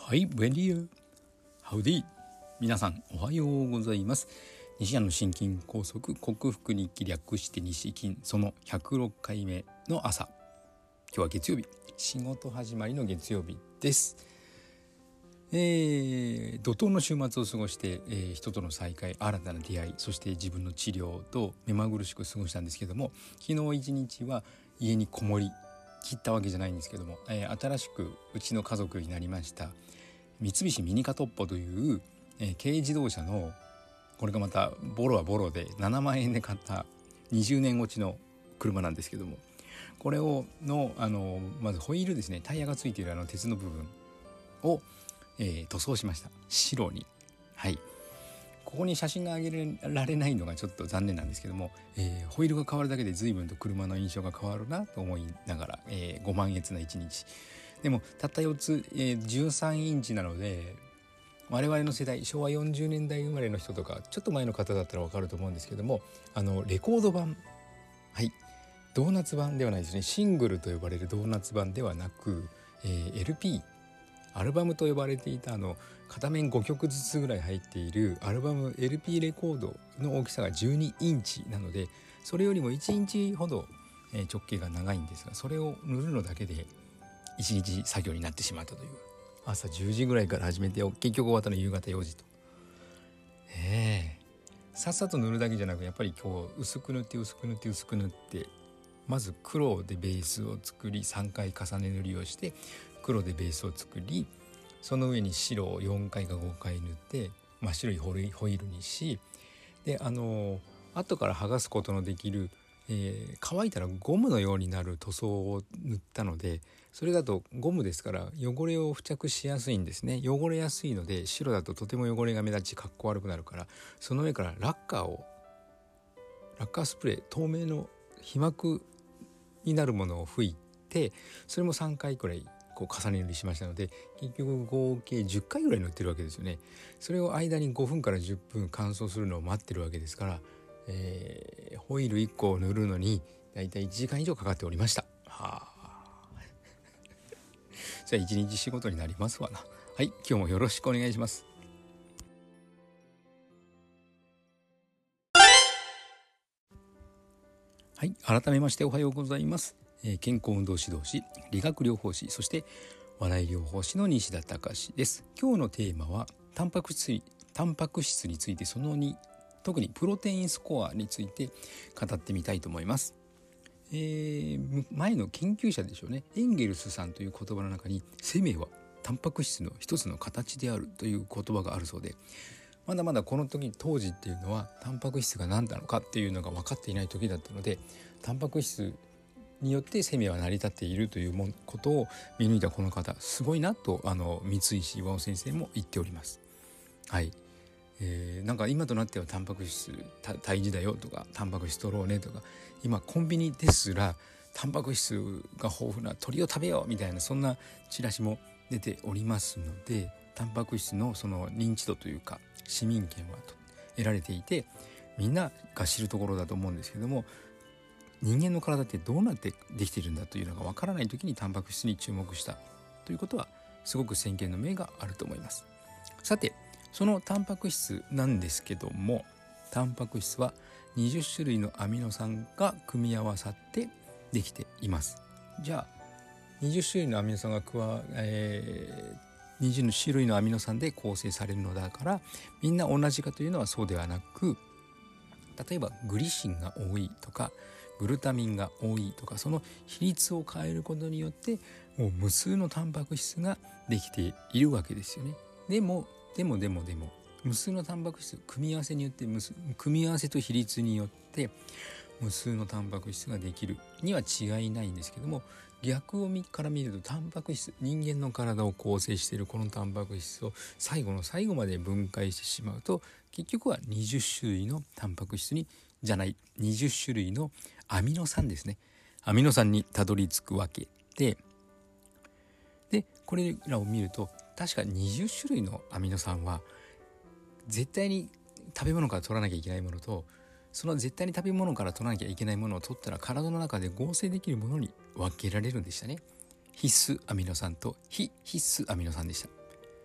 はい、buen día。ハウディ。皆さんおはようございます。西安の心筋梗塞克服日記略して西筋、その106回目の朝。今日は月曜日、仕事始まりの月曜日です。怒涛の週末を過ごして、人との再会、新たな出会い、そして自分の治療と目まぐるしく過ごしたんですけども、昨日一日は家にこもり切ったわけじゃないんですけども、新しくうちの家族になりました三菱ミニカトッポという、軽自動車の、これがまたボロはボロで7万円で買った20年落ちの車なんですけども、これをまずホイールですね、タイヤがついている鉄の部分を、塗装しました。白に。はい、ここに写真が上げられないのがちょっと残念なんですけども、ホイールが変わるだけで随分と車の印象が変わるなと思いながら、ご満悦な一日でもたった4つ、13インチなので、我々の世代昭和40年代生まれの人とかちょっと前の方だったら分かると思うんですけども、レコード版、はい、ドーナツ版ではないですね。シングルと呼ばれるドーナツ版ではなく、LP、アルバムと呼ばれていた片面5曲ずつぐらい入っているアルバム LP レコードの大きさが12インチなので、それよりも1インチほど直径が長いんですが、それを塗るのだけで1日作業になってしまったという。朝10時ぐらいから始めて結局終わったの夕方4時と、さっさと塗るだけじゃなく、やっぱり今日薄く塗ってまず黒でベースを作り、3回重ね塗りをして黒でベースを作り、その上に白を4回か5回塗って真っ白いホイールにし、で後から剥がすことのできる、乾いたらゴムのようになる塗装を塗ったので、それだとゴムですから汚れを付着しやすいんですね。汚れやすいので、白だととても汚れが目立ちかっこ悪くなるから、その上からラッカースプレー、透明の皮膜になるものを吹いて、それも3回くらい重ね塗りしましたので、結局合計10回ぐらい塗ってるわけですよね。それを間に5分から10分乾燥するのを待ってるわけですから、ホイール1個を塗るのにだいたい1時間以上かかっておりました。じゃあ1日仕事になりますわな。はい、今日もよろしくお願いします。はい、改めましておはようございます。健康運動指導士、理学療法士、そして笑い療法士の西田隆です。今日のテーマはタンパク質について、その2、特にプロテインスコアについて語ってみたいと思います。前の研究者でしょうね、エンゲルスさんという言葉の中に、生命はタンパク質の一つの形であるという言葉があるそうで、まだまだこの当時っていうのはタンパク質が何なのかっていうのが分かっていない時だったので、タンパク質によって生命は成り立っているということを見抜いたこの方、すごいなと三石岩尾先生も言っております。はい、なんか今となってはタンパク質大事だよとか、タンパク質取ろうねとか、今コンビニですらタンパク質が豊富な鶏を食べようみたいな、そんなチラシも出ておりますので、タンパク質のその認知度というか市民権は得られていて、みんなが知るところだと思うんですけども、人間の体ってどうなってできているんだというのがわからない時にタンパク質に注目したということは、すごく先見の明があると思います。さて、そのタンパク質なんですけども、タンパク質は20種類のアミノ酸が組み合わさってできています。じゃあ20種類のアミノ酸が20種類のアミノ酸で構成されるのだから、みんな同じかというのはそうではなく、例えばグリシンが多いとかグルタミンが多いとか、その比率を変えることによってもう無数のタンパク質ができているわけですよね。でも無数のタンパク質組み合わせによって、組み合わせと比率によって無数のタンパク質ができるには違いないんですけども、逆から見るとタンパク質、人間の体を構成しているこのタンパク質を最後の最後まで分解してしまうと、結局は20種類のタンパク質20種類のアミノ酸ですね、アミノ酸にたどり着くわけで、これらを見ると確か20種類のアミノ酸は絶対に食べ物から取らなきゃいけないものと、その絶対に食べ物から取らなきゃいけないものを取ったら体の中で合成できるものに分けられるんでしたね。必須アミノ酸と非必須アミノ酸でした。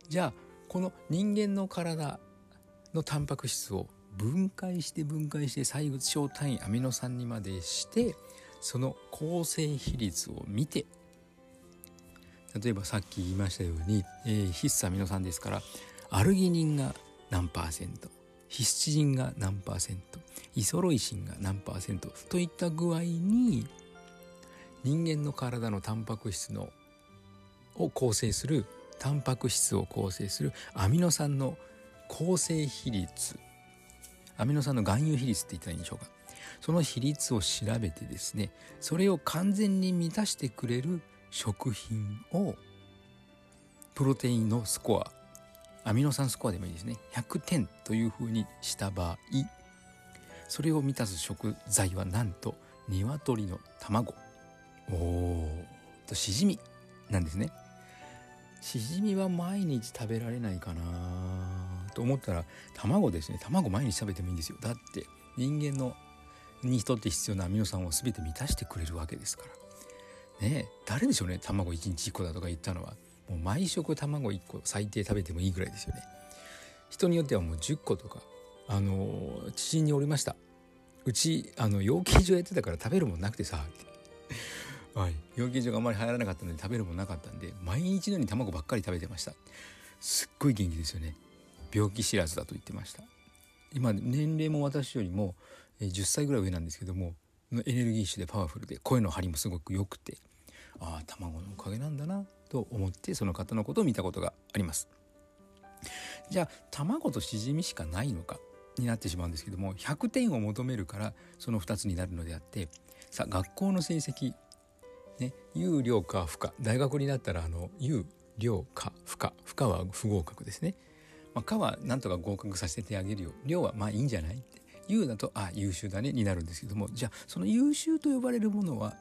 じゃあこの人間の体のタンパク質を分解して最小単位アミノ酸にまでして、その構成比率を見て、例えばさっき言いましたように、必須アミノ酸ですから、アルギニンが何%、ヒスチジンが何%、イソロイシンが何%といった具合に、人間の体のタンパク質を構成するタンパク質を構成するアミノ酸の構成比率、アミノ酸の含有比率って言ったらいいんでしょうか。その比率を調べてですね、それを完全に満たしてくれる食品をプロテインのスコア、アミノ酸スコアでもいいですね、100点というふうにした場合、それを満たす食材はなんと鶏の卵としじみなんですね。しじみは毎日食べられないかなと思ったら、卵ですね。卵毎日食べてもいいんですよ。だって人間にとって必要なアミノ酸を全て満たしてくれるわけですからね。誰でしょうね、卵1日1個だとか言ったのは。もう毎食卵1個最低食べてもいいぐらいですよね。人によってはもう10個とか、知人におりました。うち養鶏場やってたから食べるもんなくてさはい、養鶏場があまり流行らなかったので食べるもんなかったんで、毎日のように卵ばっかり食べてました。すっごい元気ですよね。病気知らずだと言ってました。今年齢も私よりも10歳ぐらい上なんですけども、エネルギッシュでパワフルで声の張りもすごく良くて、卵のおかげなんだなと思って、その方のことを見たことがあります。じゃあ卵としじみしかないのかになってしまうんですけども、100点を求めるからその2つになるのであって、さあ学校の成績ね、有料か不可、大学になったら有料か不可は不合格ですね。可はなんとか合格させてあげるよ、量はまあいいんじゃないって、有だと優秀だねになるんですけども、じゃあその優秀と呼ばれるものは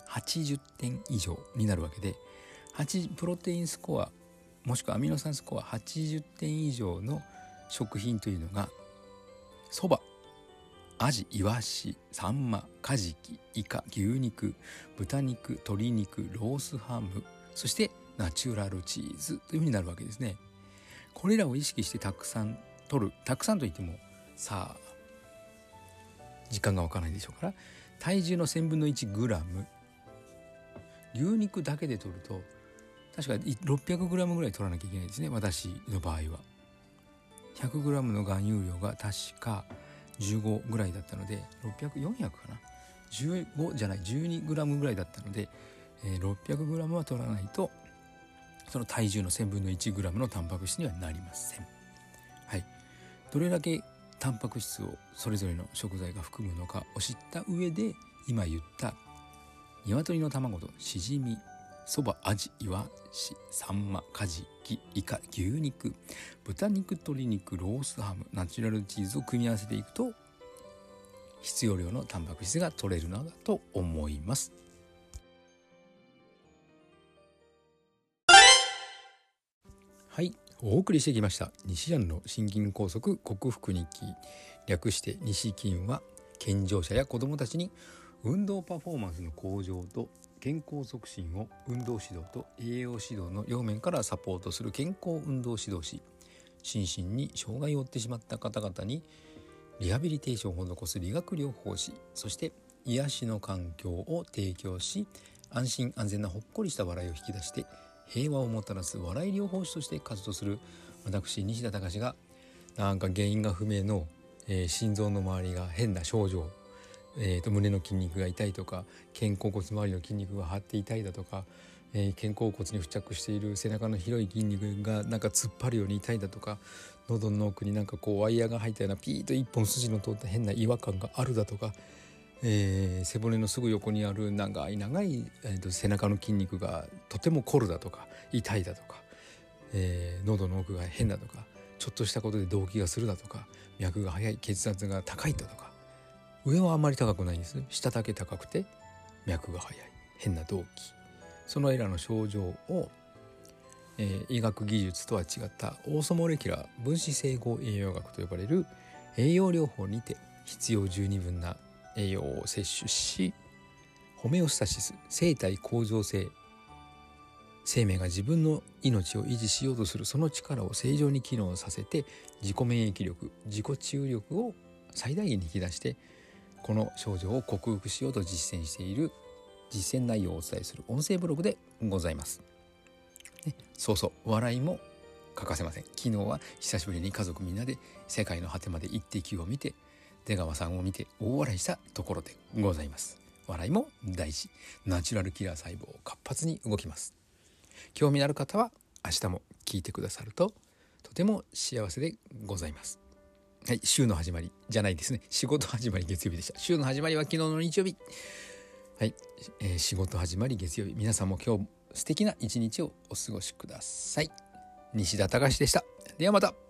80点以上になるわけで、プロテインスコアもしくはアミノ酸スコア80点以上の食品というのが、そば、アジ、イワシ、サンマ、カジキ、イカ、牛肉、豚肉、鶏肉、ロースハム、そしてナチュラルチーズというふうになるわけですね。これらを意識してたくさん取る、たくさんといってもさあ時間がわからないでしょうから、体重の1000分の1グラム、牛肉だけで取ると確か600グラムぐらい取らなきゃいけないですね。私の場合は100グラムの含有量が確か15ぐらいだったので、400かな、15じゃない12グラムぐらいだったので、600グラムは取らないとその体重の1000分の1グラムのタンパク質にはなりません。はい、どれだけタンパク質をそれぞれの食材が含むのかを知った上で、今言った鶏の卵としじみ、そば、アジ、イワシ、サンマ、カジキ、イカ、牛肉、豚肉、鶏肉、ロースハム、ナチュラルチーズを組み合わせていくと必要量のタンパク質が取れるのだと思います。はい、お送りしてきました西安の心筋梗塞克服日記、略して西筋は、健常者や子どもたちに運動パフォーマンスの向上と健康促進を運動指導と栄養指導の両面からサポートする健康運動指導士、心身に障害を負ってしまった方々にリハビリテーションを施す理学療法士、そして癒しの環境を提供し、安心安全なほっこりした笑いを引き出して平和をもたらす笑い療法士として活動する私西田隆が、なんか原因が不明の、心臓の周りが変な症状、胸の筋肉が痛いとか、肩甲骨周りの筋肉が張って痛いだとか、肩甲骨に付着している背中の広い筋肉がなんか突っ張るように痛いだとか、喉の奥になんかワイヤーが入ったようなピーッと一本筋の通った変な違和感があるだとか、背骨のすぐ横にある長い、背中の筋肉がとても凝るだとか痛いだとか、喉の奥が変だとか、ちょっとしたことで動悸がするだとか、脈が速い、血圧が高いだとか、上はあんまり高くないんです。下だけ高くて脈が速い、変な動悸、そのエラーの症状を、医学技術とは違ったオーソモレキュラー分子整合栄養学と呼ばれる栄養療法にて必要十二分な栄養を摂取し、ホメオスタシス、生体向上性、 生命が自分の命を維持しようとするその力を正常に機能させて、自己免疫力、自己治癒力を最大限に引き出して、この症状を克服しようと実践している実践内容をお伝えする音声ブログでございます。そうそう、笑いも欠かせません。昨日は久しぶりに家族みんなで世界の果てまでイッテ Q を見て、出川さんを見て大笑いしたところでございます。笑いも大事。ナチュラルキラー細胞活発に動きます。興味のある方は明日も聞いてくださるととても幸せでございます。はい、週の始まりじゃないですね。仕事始まり月曜日でした。週の始まりは昨日の日曜日。はい、仕事始まり月曜日。皆さんも今日素敵な一日をお過ごしください。西田隆でした。ではまた。